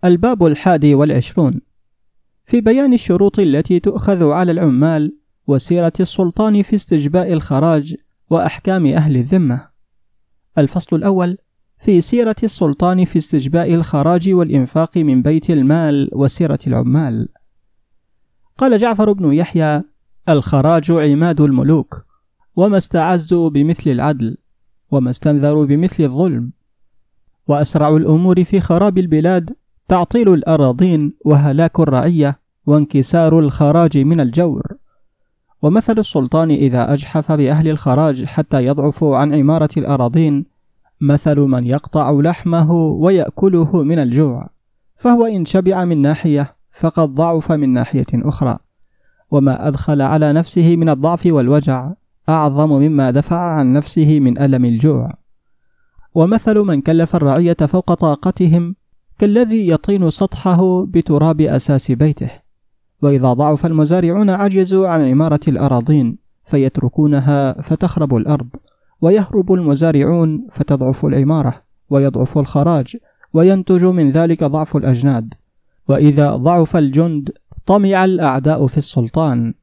الباب 21 في بيان الشروط التي تؤخذ على العمال وسيرة السلطان في استجباء الخراج وأحكام أهل الذمة. الفصل الأول في سيرة السلطان في استجباء الخراج والإنفاق من بيت المال وسيرة العمال. قال جعفر بن يحيى: الخراج عماد الملوك، وما استعزوا بمثل العدل، وما استنذروا بمثل الظلم، وأسرع الأمور في خراب البلاد تعطيل الأراضين وهلاك الرعية وانكسار الخراج من الجور. ومثل السلطان إذا أجحف بأهل الخراج حتى يضعفوا عن عمارة الأراضين مثل من يقطع لحمه ويأكله من الجوع، فهو إن شبع من ناحية فقد ضعف من ناحية أخرى، وما أدخل على نفسه من الضعف والوجع أعظم مما دفع عن نفسه من ألم الجوع. ومثل من كلف الرعية فوق طاقتهم كالذي يطين سطحه بتراب أساس بيته. وإذا ضعف المزارعون عجزوا عن عمارة الأراضين فيتركونها فتخرب الأرض، ويهرب المزارعون فتضعف العمارة ويضعف الخراج، وينتج من ذلك ضعف الأجناد. وإذا ضعف الجند طمع الأعداء في السلطان.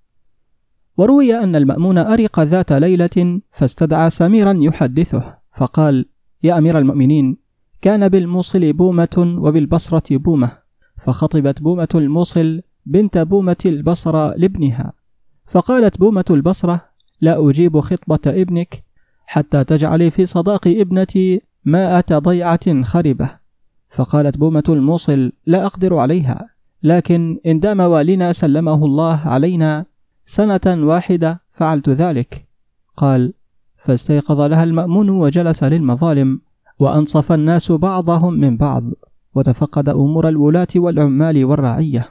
وروي أن المأمون أرق ذات ليلة فاستدعى سميرا يحدثه، فقال: يا أمير المؤمنين، كان بالموصل بومة وبالبصرة بومة، فخطبت بومة الموصل بنت بومة البصرة لابنها، فقالت بومة البصرة: لا أجيب خطبة ابنك حتى تجعلي في صداق ابنتي 100 ضيعة خربة. فقالت بومة الموصل: لا أقدر عليها، لكن إن دام والنا سلمه الله علينا 1 سنة واحدة فعلت ذلك. قال: فاستيقظ لها المأمون وجلس للمظالم، وأنصف الناس بعضهم من بعض، وتفقد أمور الولاة والعمال والرعية.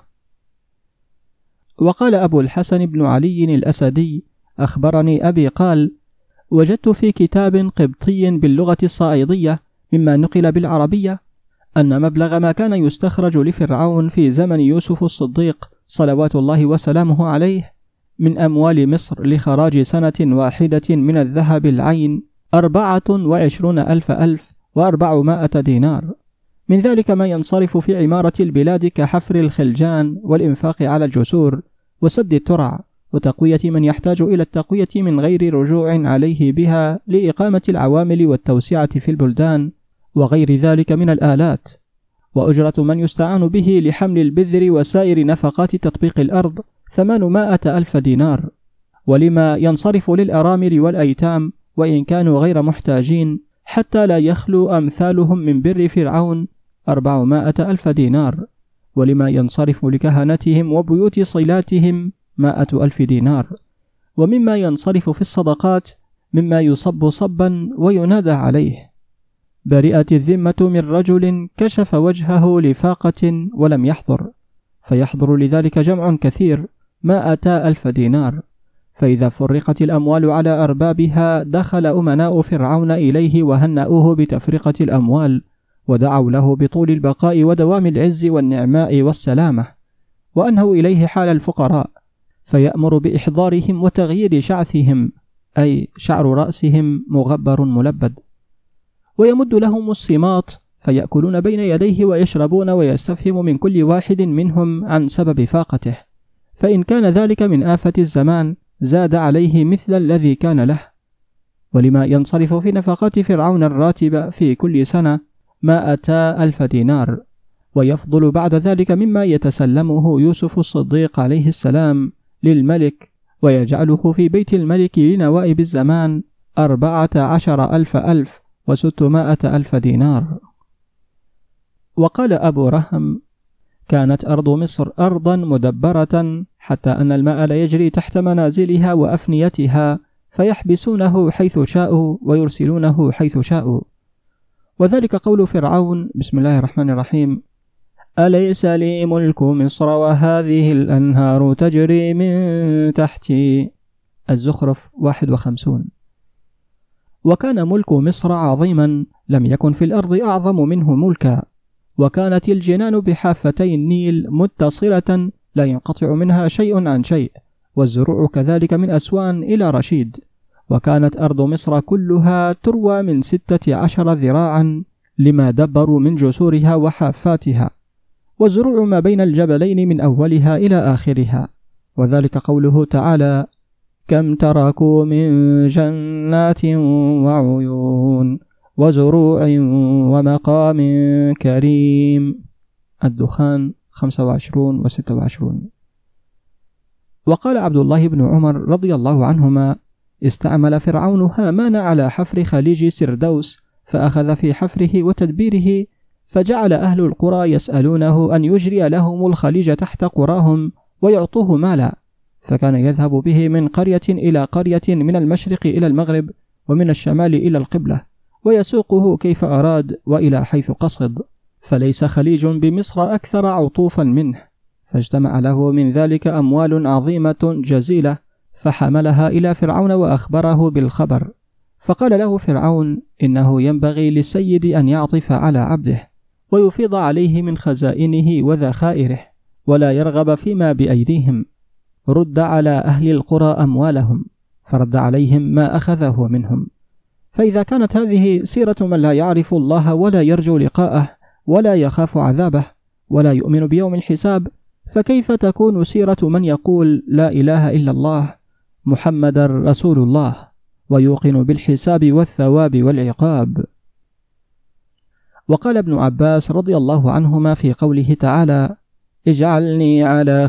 وقال أبو الحسن بن علي الأسدي: أخبرني أبي قال: وجدت في كتاب قبطي باللغة الصائدية مما نقل بالعربية أن مبلغ ما كان يستخرج لفرعون في زمن يوسف الصديق صلوات الله وسلامه عليه من أموال مصر لخراج سنة واحدة من الذهب العين 24,400 دينار، من ذلك ما ينصرف في عمارة البلاد كحفر الخلجان والإنفاق على الجسور وسد الترع وتقوية من يحتاج إلى التقوية من غير رجوع عليه بها لإقامة العوامل والتوسعة في البلدان وغير ذلك من الآلات، وأجرة من يستعان به لحمل البذر وسائر نفقات تطبيق الأرض 800,000 دينار. ولما ينصرف للأرامل والأيتام وإن كانوا غير محتاجين حتى لا يخلو أمثالهم من بر فرعون 400,000 دينار. ولما ينصرف لكهنتهم وبيوت صلاتهم 100,000 دينار. ومما ينصرف في الصدقات مما يصب صبا وينادى عليه: برئت الذمة من رجل كشف وجهه لفاقة ولم يحضر، فيحضر لذلك جمع كثير 100,000 دينار. فإذا فرقت الأموال على أربابها دخل أمناء فرعون إليه وهنأوه بتفرقة الأموال، ودعوا له بطول البقاء ودوام العز والنعماء والسلامة، وأنهوا إليه حال الفقراء، فيأمر بإحضارهم وتغيير شعثهم، أي شعر رأسهم مغبر ملبد، ويمد لهم الصماط فيأكلون بين يديه ويشربون، ويستفهم من كل واحد منهم عن سبب فاقته، فإن كان ذلك من آفة الزمان زاد عليه مثل الذي كان له. ولما ينصرف في نفقات فرعون الراتبة في كل سنة 100,000 دينار، ويفضل بعد ذلك مما يتسلمه يوسف الصديق عليه السلام للملك، ويجعله في بيت الملك لنوائب الزمان 14,600,000 دينار. وقال أبو رهم: كانت أرض مصر أرضا مدبرة حتى أن الماء لا يجري تحت منازلها وأفنيتها، فيحبسونه حيث شاءوا ويرسلونه حيث شاءوا. وذلك قول فرعون: بسم الله الرحمن الرحيم: أليس لي ملك مصر وهذه الأنهار تجري من تحتي. الزخرف 51. وكان ملك مصر عظيما، لم يكن في الأرض أعظم منه ملكا، وكانت الجنان بحافتي النيل متصلة لا ينقطع منها شيء عن شيء، والزروع كذلك من أسوان إلى رشيد. وكانت أرض مصر كلها تروى من 16 ذراعا لما دبروا من جسورها وحافاتها، والزروع ما بين الجبلين من أولها إلى آخرها، وذلك قوله تعالى: كم تركوا من جنات وعيون وزروع ومقام كريم. الدخان 25 و26. وقال عبد الله بن عمر رضي الله عنهما: استعمل فرعون هامان على حفر خليج سردوس، فأخذ في حفره وتدبيره، فجعل أهل القرى يسألونه أن يجري لهم الخليج تحت قراهم ويعطوه مالا، فكان يذهب به من قرية إلى قرية، من المشرق إلى المغرب، ومن الشمال إلى القبلة، ويسوقه كيف أراد وإلى حيث قصد، فليس خليج بمصر أكثر عطوفا منه، فاجتمع له من ذلك أموال عظيمة جزيلة، فحملها إلى فرعون وأخبره بالخبر، فقال له فرعون: إنه ينبغي للسيد أن يعطف على عبده ويفيض عليه من خزائنه وذخائره، ولا يرغب فيما بأيديهم. رد على أهل القرى أموالهم، فرد عليهم ما أخذه منهم. فإذا كانت هذه سيرة من لا يعرف الله ولا يرجو لقاءه ولا يخاف عذابه ولا يؤمن بيوم الحساب، فكيف تكون سيرة من يقول لا إله إلا الله محمد رسول الله ويوقن بالحساب والثواب والعقاب؟ وقال ابن عباس رضي الله عنهما في قوله تعالى: اجعلني على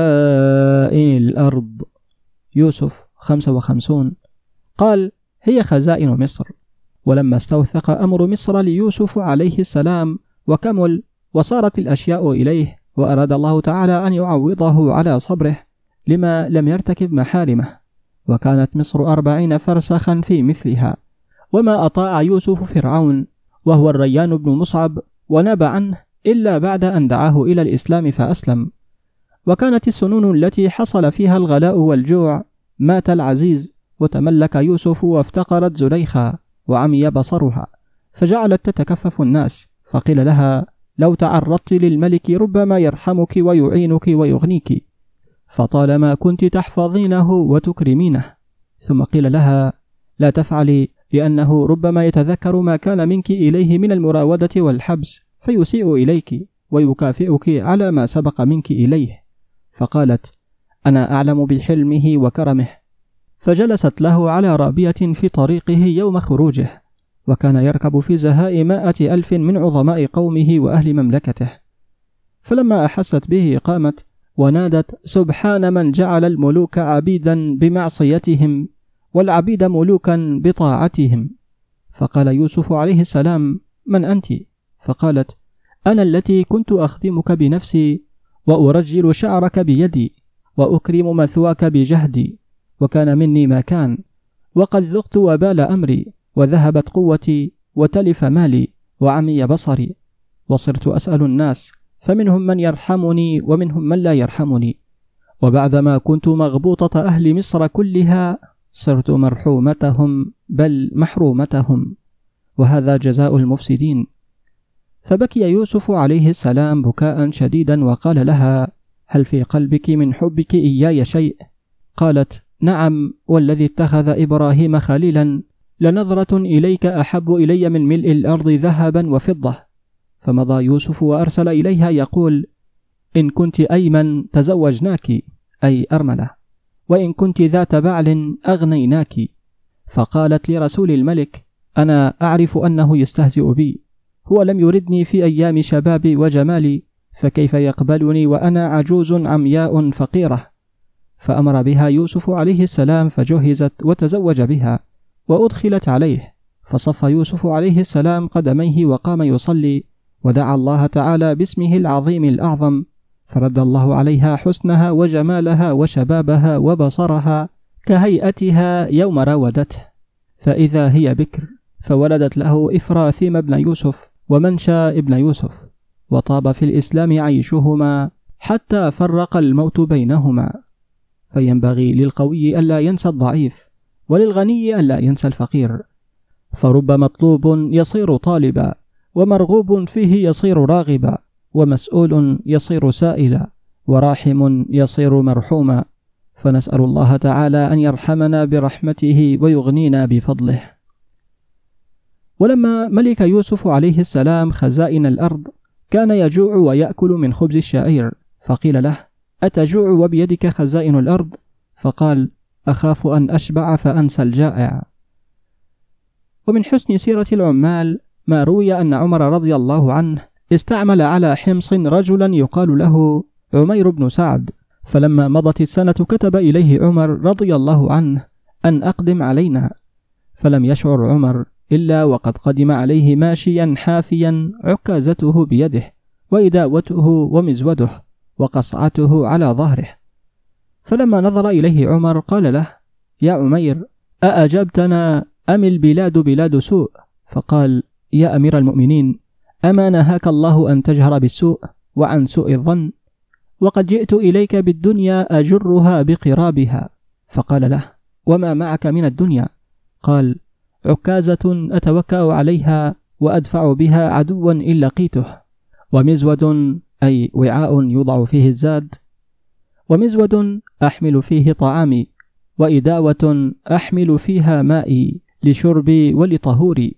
خزائن الأرض، يوسف 55، قال: هي خزائن مصر. ولما استوثق أمر مصر ليوسف عليه السلام وكمل وصارت الأشياء إليه، وأراد الله تعالى أن يعوضه على صبره لما لم يرتكب محارمه، وكانت مصر 40 فرسخا في مثلها، وما أطاع يوسف فرعون وهو الريان بن مصعب وناب عنه إلا بعد أن دعاه إلى الإسلام فأسلم. وكانت السنون التي حصل فيها الغلاء والجوع: مات العزيز وتملك يوسف وافتقرت زليخا وعمي بصرها، فجعلت تتكفف الناس، فقيل لها: لو تعرضت للملك ربما يرحمك ويعينك ويغنيك، فطالما كنت تحفظينه وتكرمينه. ثم قيل لها: لا تفعلي، لأنه ربما يتذكر ما كان منك إليه من المراودة والحبس فيسيء إليك ويكافئك على ما سبق منك إليه. فقالت: أنا أعلم بحلمه وكرمه. فجلست له على رابية في طريقه يوم خروجه، وكان يركب في زهاء 100,000 من عظماء قومه وأهل مملكته. فلما أحست به قامت ونادت: سبحان من جعل الملوك عبيدا بمعصيتهم والعبيد ملوكا بطاعتهم. فقال يوسف عليه السلام: من أنت؟ فقالت: أنا التي كنت أخدمك بنفسي وأرجل شعرك بيدي وأكرم مثواك بجهدي، وكان مني ما كان، وقد ذقت وبال أمري، وذهبت قوتي وتلف مالي وعمي بصري، وصرت أسأل الناس، فمنهم من يرحمني ومنهم من لا يرحمني، وبعدما كنت مغبوطة أهل مصر كلها صرت مرحومتهم بل محرومتهم، وهذا جزاء المفسدين. فبكي يوسف عليه السلام بكاء شديدا وقال لها: هل في قلبك من حبك إياي شيء؟ قالت: نعم، والذي اتخذ إبراهيم خليلا لنظرة إليك أحب إلي من ملء الأرض ذهبا وفضة. فمضى يوسف وأرسل إليها يقول: إن كنت أيمن تزوجناك، أي أرملة، وإن كنت ذات بعل أغنيناك. فقالت لرسول الملك: أنا أعرف أنه يستهزئ بي، هو لم يردني في أيام شبابي وجمالي، فكيف يقبلني وأنا عجوز عمياء فقيرة؟ فأمر بها يوسف عليه السلام فجهزت وتزوج بها وأدخلت عليه، فصف يوسف عليه السلام قدميه وقام يصلي، ودعا الله تعالى باسمه العظيم الأعظم، فرد الله عليها حسنها وجمالها وشبابها وبصرها كهيئتها يوم راودته، فإذا هي بكر، فولدت له إفراثيم ابن يوسف ومنشى ابن يوسف، وطاب في الإسلام عيشهما حتى فرق الموت بينهما. فينبغي للقوي ألا ينسى الضعيف، وللغني ألا ينسى الفقير، فرب مطلوب يصير طالبا، ومرغوب فيه يصير راغبا، ومسؤول يصير سائلا، وراحم يصير مرحوما. فنسأل الله تعالى أن يرحمنا برحمته ويغنينا بفضله. ولما ملك يوسف عليه السلام خزائن الأرض، كان يجوع ويأكل من خبز الشعير، فقيل له: أتجوع وبيدك خزائن الأرض؟ فقال: أخاف أن أشبع فأنسى الجائع. ومن حسن سيرة العمال ما روي أن عمر رضي الله عنه استعمل على حمص رجلا يقال له عمير بن سعد، فلما مضت السنة كتب إليه عمر رضي الله عنه أن أقدم علينا، فلم يشعر عمر إلا وقد قدم عليه ماشيا حافيا، عكازته بيده وإداوته ومزوده وقصعته على ظهره. فلما نظر إليه عمر قال له: يا عمير، أأجبتنا أم البلاد بلاد سوء؟ فقال: يا أمير المؤمنين، أما نهاك الله أن تجهر بالسوء وعن سوء الظن؟ وقد جئت إليك بالدنيا أجرها بقرابها. فقال له: وما معك من الدنيا؟ قال: عكازة أتوكأ عليها وأدفع بها عدوا إن لقيته، ومزود أي وعاء يوضع فيه الزاد، ومزود أحمل فيه طعامي، وإداوة أحمل فيها مائي لشربي ولطهوري،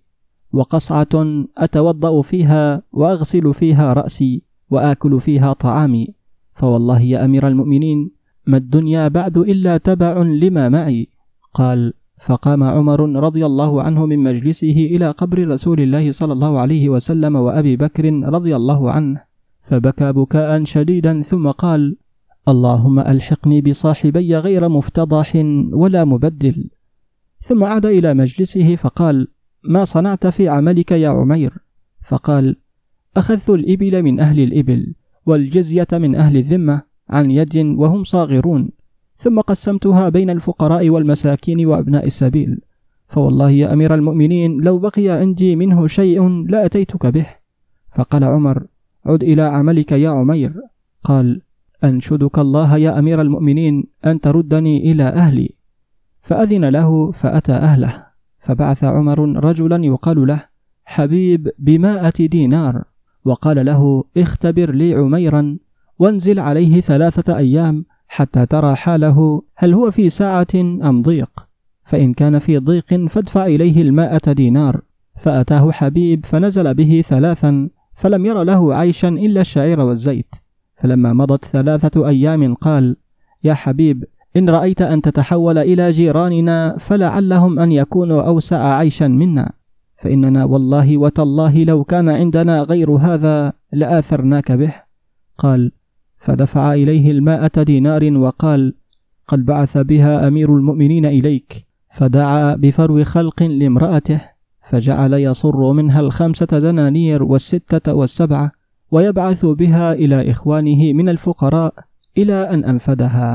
وقصعة أتوضأ فيها وأغسل فيها رأسي وآكل فيها طعامي. فوالله يا أمير المؤمنين ما الدنيا بعد إلا تبع لما معي. قال: فقام عمر رضي الله عنه من مجلسه إلى قبر رسول الله صلى الله عليه وسلم وأبي بكر رضي الله عنه، فبكى بكاء شديدا، ثم قال: اللهم ألحقني بصاحبي غير مفتضح ولا مبدل. ثم عاد إلى مجلسه فقال: ما صنعت في عملك يا عمير؟ فقال: أخذت الإبل من أهل الإبل والجزية من أهل الذمة عن يد وهم صاغرون، ثم قسمتها بين الفقراء والمساكين وأبناء السبيل، فوالله يا أمير المؤمنين لو بقي عندي منه شيء لأتيتك به. فقال عمر: عد إلى عملك يا عمير. قال: أنشدك الله يا أمير المؤمنين أن تردني إلى أهلي. فأذن له فأتى أهله، فبعث عمر رجلا يقال له حبيب ب100 دينار، وقال له: اختبر لي عميرا وانزل عليه 3 أيام حتى ترى حاله هل هو في ساعة أم ضيق، فإن كان في ضيق فادفع إليه 100 دينار. فأتاه حبيب فنزل به 3، فلم ير له عيشا إلا الشعير والزيت. فلما مضت 3 أيام قال: يا حبيب، إن رأيت أن تتحول إلى جيراننا فلعلهم أن يكونوا أوسع عيشا منا، فإننا والله وتالله لو كان عندنا غير هذا لآثرناك به. قال: فدفع إليه 100 دينار وقال: قد بعث بها أمير المؤمنين إليك. فدعا بفرو خلق لامرأته، فجعل يصر منها 5 دنانير وال6 وال7، ويبعث بها إلى إخوانه من الفقراء إلى أن أنفدها.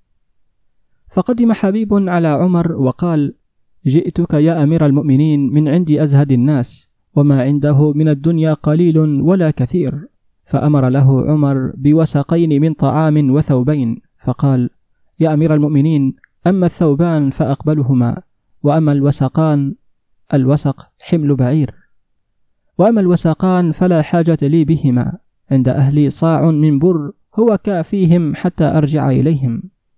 فقدم حبيب على عمر وقال: جئتك يا أمير المؤمنين من عند أزهد الناس، وما عنده من الدنيا قليل ولا كثير. فأمر له عمر بوسقين من طعام وثوبين، فقال: يا أمير المؤمنين، أما الثوبان فأقبلهما، وأما الوسقان، الوسق حمل بعير، وأما الوسقان فلا حاجة لي بهما، عند أهلي صاع من بر هو كافيهم حتى أرجع إليهم.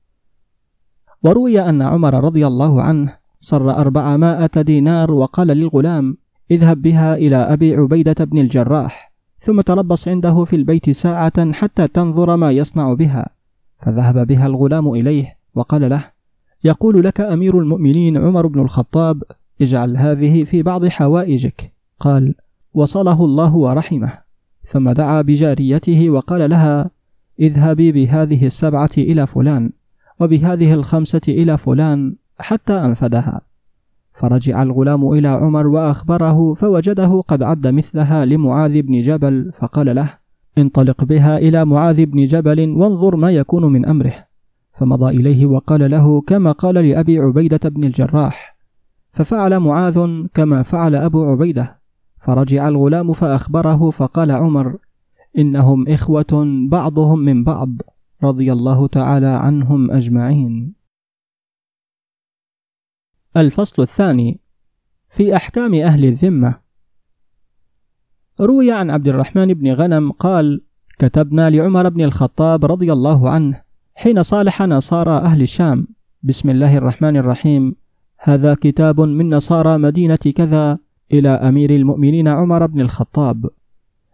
وروي أن عمر رضي الله عنه صر 400 دينار وقال للغلام: اذهب بها إلى أبي عبيدة بن الجراح، ثم تربص عنده في البيت ساعة حتى تنظر ما يصنع بها. فذهب بها الغلام إليه وقال له: يقول لك أمير المؤمنين عمر بن الخطاب: اجعل هذه في بعض حوائجك. قال: وصله الله ورحمه. ثم دعا بجاريته وقال لها: اذهبي بهذه 7 إلى فلان، وبهذه 5 إلى فلان، حتى أنفدها. فرجع الغلام إلى عمر وأخبره، فوجده قد عد مثلها لمعاذ بن جبل، فقال له: انطلق بها إلى معاذ بن جبل وانظر ما يكون من أمره. فمضى إليه وقال له كما قال لأبي عبيدة بن الجراح، ففعل معاذ كما فعل أبو عبيدة. فرجع الغلام فأخبره، فقال عمر: إنهم إخوة بعضهم من بعض، رضي الله تعالى عنهم أجمعين. الفصل الثاني في أحكام أهل الذمة. روي عن عبد الرحمن بن غنم قال: كتبنا لعمر بن الخطاب رضي الله عنه حين صالح نصارى أهل الشام: بسم الله الرحمن الرحيم، هذا كتاب من نصارى مدينة كذا إلى أمير المؤمنين عمر بن الخطاب.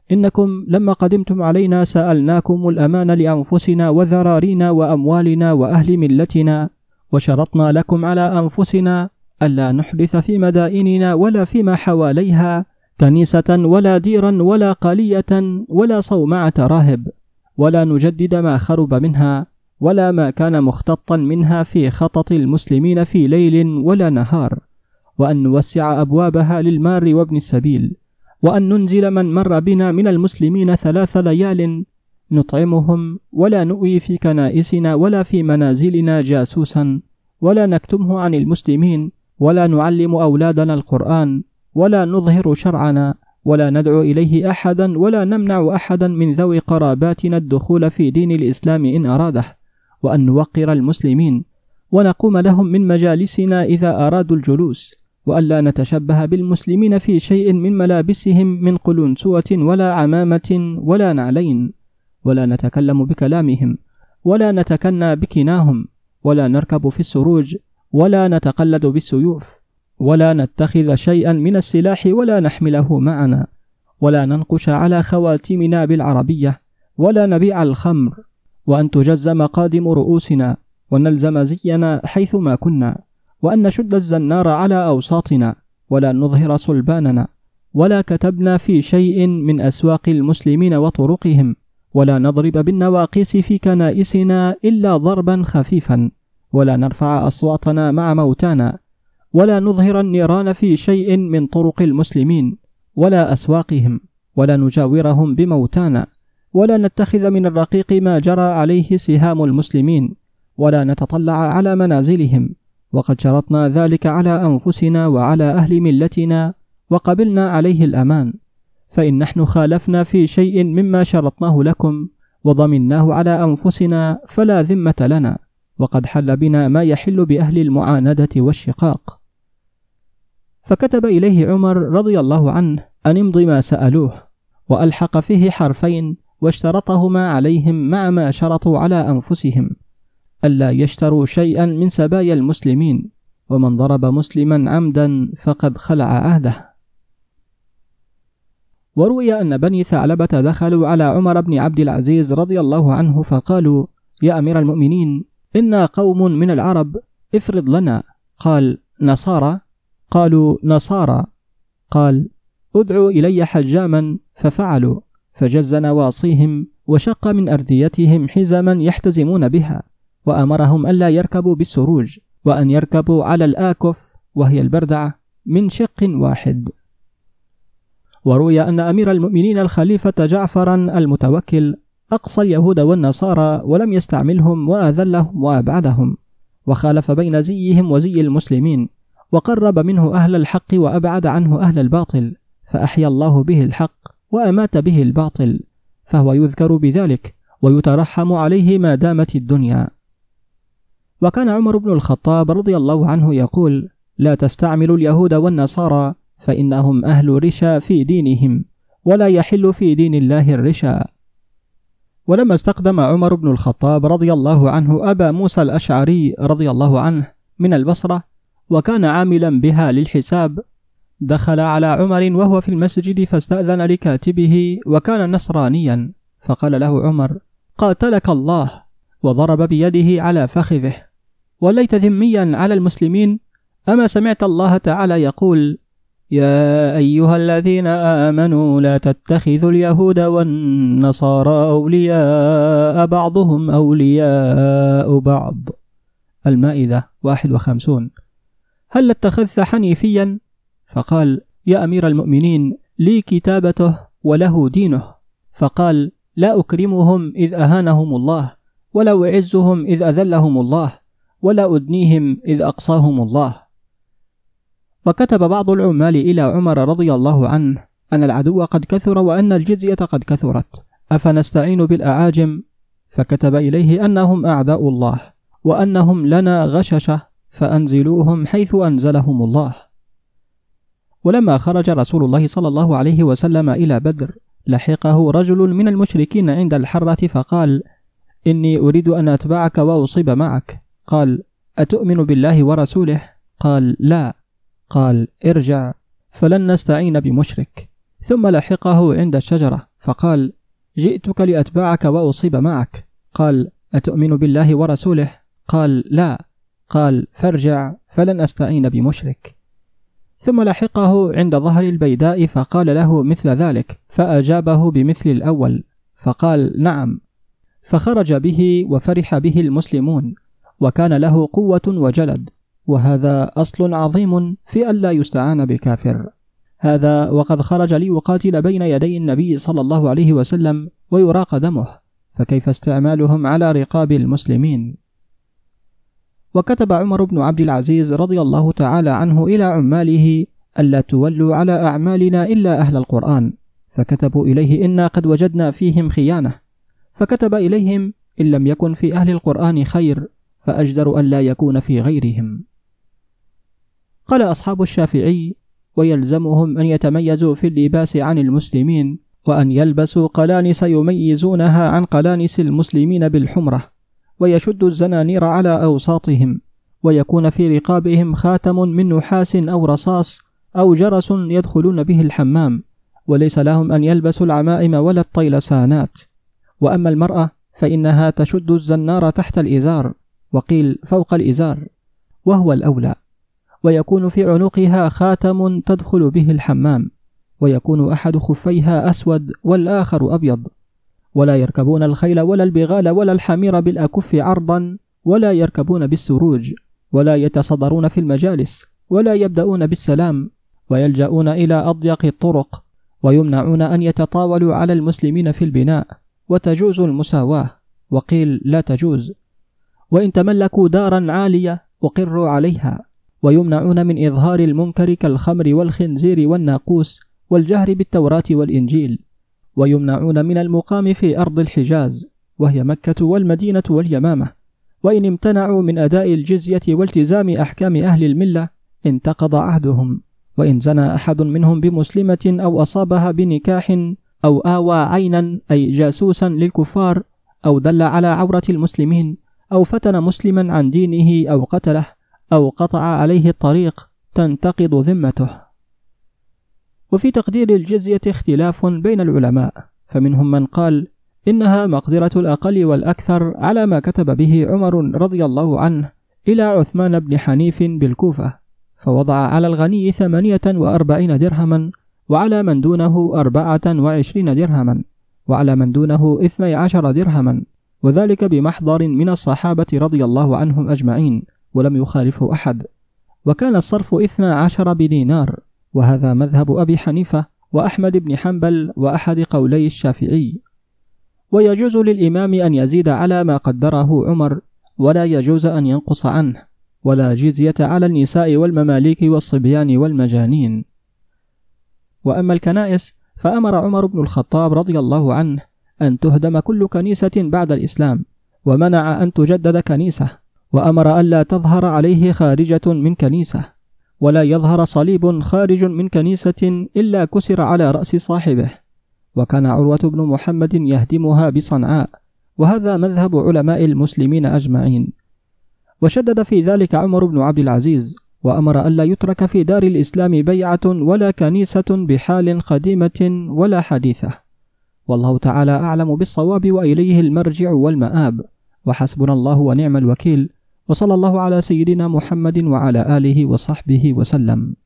إنكم لما قدمتم علينا سألناكم الأمان لأنفسنا وذرارينا وأموالنا وأهل ملتنا، وشرطنا لكم على أنفسنا ألا نحدث في مدائننا ولا فيما حواليها كنيسة ولا ديرا ولا قلية ولا صومعة راهب، ولا نجدد ما خرب منها ولا ما كان مختطا منها في خطط المسلمين في ليل ولا نهار، وأن نوسع أبوابها للمار وابن السبيل، وأن ننزل من مر بنا من المسلمين 3 ليال نطعمهم، ولا نؤوي في كنائسنا ولا في منازلنا جاسوسا، ولا نكتمه عن المسلمين، ولا نعلم أولادنا القرآن، ولا نظهر شرعنا، ولا ندعو إليه أحدا، ولا نمنع أحدا من ذوي قراباتنا الدخول في دين الإسلام إن أراده، وأن نوقر المسلمين ونقوم لهم من مجالسنا إذا أرادوا الجلوس، وألا نتشبه بالمسلمين في شيء من ملابسهم من قلنسوة ولا عمامة ولا نعلين، ولا نتكلم بكلامهم، ولا نتكنى بكناهم، ولا نركب في السروج، ولا نتقلد بالسيوف، ولا نتخذ شيئا من السلاح ولا نحمله معنا، ولا ننقش على خواتمنا بالعربية، ولا نبيع الخمر، وأن تجز مقادم رؤوسنا، ونلزم زينا حيثما كنا، وأن نشد الزنار على أوساطنا، ولا نظهر صلباننا، ولا كتبنا في شيء من أسواق المسلمين وطرقهم، ولا نضرب بالنواقيس في كنائسنا إلا ضربا خفيفا، ولا نرفع أصواتنا مع موتانا، ولا نظهر النيران في شيء من طرق المسلمين ولا أسواقهم، ولا نجاورهم بموتانا، ولا نتخذ من الرقيق ما جرى عليه سهام المسلمين، ولا نتطلع على منازلهم، وقد شرطنا ذلك على أنفسنا وعلى أهل ملتنا، وقبلنا عليه الأمان، فإن نحن خالفنا في شيء مما شرطناه لكم وضمناه على أنفسنا فلا ذمة لنا، وقد حل بنا ما يحل بأهل المعاندة والشقاق. فكتب إليه عمر رضي الله عنه أن امضي ما سألوه، وألحق فيه حرفين واشترطهما عليهم مع ما شرطوا على أنفسهم: ألا يشتروا شيئا من سبايا المسلمين، ومن ضرب مسلما عمدا فقد خلع عهده. وروي أن بني ثعلبة دخلوا على عمر بن عبد العزيز رضي الله عنه فقالوا: يا أمير المؤمنين، إنا قوم من العرب، افرض لنا. قال: نصارى؟ قالوا: نصارى. قال: ادعوا إلي حجاما، ففعلوا، فجز نواصيهم وشق من أرديتهم حزما يحتزمون بها، وأمرهم ألا يركبوا بالسروج، وأن يركبوا على الآكف وهي البردعة من شق واحد. وروي أن أمير المؤمنين الخليفة جعفرا المتوكل أقصى اليهود والنصارى ولم يستعملهم، وأذلهم وأبعدهم، وخالف بين زيهم وزي المسلمين، وقرب منه أهل الحق وأبعد عنه أهل الباطل، فأحيا الله به الحق وأمات به الباطل، فهو يذكر بذلك ويترحم عليه ما دامت الدنيا. وكان عمر بن الخطاب رضي الله عنه يقول: لا تستعملوا اليهود والنصارى، فإنهم أهل رشا في دينهم، ولا يحل في دين الله الرشا. ولما استقدم عمر بن الخطاب رضي الله عنه أبا موسى الأشعري رضي الله عنه من البصرة، وكان عاملا بها للحساب، دخل على عمر وهو في المسجد فاستأذن لكاتبه، وكان نصرانيا، فقال له عمر: قاتلك الله، وضرب بيده على فخذه: وليت ذميا على المسلمين، أما سمعت الله تعالى يقول: يا أيها الذين آمنوا لا تتخذوا اليهود والنصارى أولياء بعضهم أولياء بعض. المائدة 51. هل اتخذت حنيفيا؟ فقال: يا أمير المؤمنين، لي كتابته وله دينه. فقال: لا أكرمهم إذ أهانهم الله، ولا أعزهم إذ أذلهم الله، ولا أدنيهم إذ أقصاهم الله. وكتب بعض العمال إلى عمر رضي الله عنه أن العدو قد كثر وأن الجزية قد كثرت، أفنستعين بالأعاجم؟ فكتب إليه أنهم أعداء الله، وأنهم لنا غششة، فأنزلوهم حيث أنزلهم الله. ولما خرج رسول الله صلى الله عليه وسلم إلى بدر، لحقه رجل من المشركين عند الحرة فقال: إني أريد أن أتبعك وأصيب معك. قال: أتؤمن بالله ورسوله؟ قال: لا. قال: ارجع، فلن نستعين بمشرك. ثم لحقه عند الشجرة فقال: جئتك لأتبعك وأصيب معك. قال: أتؤمن بالله ورسوله؟ قال: لا. قال: فارجع فلن أستعين بمشرك. ثم لحقه عند ظهر البيداء فقال له مثل ذلك، فأجابه بمثل الأول، فقال: نعم. فخرج به وفرح به المسلمون، وكان له قوة وجلد، وهذا أصل عظيم في أن لا يستعان بكافر. هذا وقد خرج ليقاتل بين يدي النبي صلى الله عليه وسلم ويراق دمه، فكيف استعمالهم على رقاب المسلمين؟ وكتب عمر بن عبد العزيز رضي الله تعالى عنه إلى عماله: ألا تولوا على أعمالنا إلا أهل القرآن، فكتبوا إليه: إنا قد وجدنا فيهم خيانة. فكتب إليهم: إن لم يكن في أهل القرآن خير فأجدر أن لا يكون في غيرهم. قال أصحاب الشافعي: ويلزمهم أن يتميزوا في اللباس عن المسلمين، وأن يلبسوا قلانس يميزونها عن قلانس المسلمين بالحمرة، ويشد الزنانير على أوساطهم، ويكون في رقابهم خاتم من نحاس أو رصاص أو جرس يدخلون به الحمام، وليس لهم أن يلبسوا العمائم ولا الطيلسانات. وأما المرأة فإنها تشد الزنار تحت الإزار، وقيل فوق الإزار، وهو الأولى، ويكون في عنقها خاتم تدخل به الحمام، ويكون أحد خفيها أسود والآخر أبيض. ولا يركبون الخيل ولا البغال ولا الحمير بالأكف عرضا، ولا يركبون بالسروج، ولا يتصدرون في المجالس، ولا يبدأون بالسلام، ويلجأون إلى أضيق الطرق، ويمنعون أن يتطاولوا على المسلمين في البناء، وتجوز المساواة، وقيل لا تجوز. وإن تملكوا دارا عالية أقروا عليها، ويمنعون من إظهار المنكر كالخمر والخنزير والناقوس والجهر بالتوراة والإنجيل، ويمنعون من المقام في أرض الحجاز وهي مكة والمدينة واليمامة. وإن امتنعوا من أداء الجزية والتزام أحكام أهل الملة انتقض عهدهم. وإن زنى أحد منهم بمسلمة أو أصابها بنكاح أو آوى عينا أي جاسوسا للكفار أو دل على عورة المسلمين أو فتن مسلما عن دينه أو قتله أو قطع عليه الطريق تنتقض ذمته. وفي تقدير الجزية اختلاف بين العلماء، فمنهم من قال إنها مقدرة الأقل والأكثر على ما كتب به عمر رضي الله عنه إلى عثمان بن حنيف بالكوفة، فوضع على الغني 48 درهما، وعلى من دونه 24 درهما، وعلى من دونه 12 درهما، وذلك بمحضر من الصحابة رضي الله عنهم أجمعين، ولم يخالفه أحد. وكان الصرف 12 بدينار، وهذا مذهب أبي حنيفة وأحمد بن حنبل وأحد قولي الشافعي. ويجوز للإمام أن يزيد على ما قدره عمر، ولا يجوز أن ينقص عنه، ولا جزية على النساء والمماليك والصبيان والمجانين. وأما الكنائس فأمر عمر بن الخطاب رضي الله عنه أن تهدم كل كنيسة بعد الإسلام، ومنع أن تجدد كنيسة، وأمر ألا تظهر عليه خارجة من كنيسة، ولا يظهر صليب خارج من كنيسة إلا كسر على رأس صاحبه. وكان عروة بن محمد يهدمها بصنعاء، وهذا مذهب علماء المسلمين أجمعين. وشدد في ذلك عمر بن عبد العزيز، وأمر ألا يترك في دار الإسلام بيعة ولا كنيسة بحال قديمة ولا حديثة. والله تعالى أعلم بالصواب، وإليه المرجع والمآب، وحسبنا الله ونعم الوكيل، وصلى الله على سيدنا محمد وعلى آله وصحبه وسلم.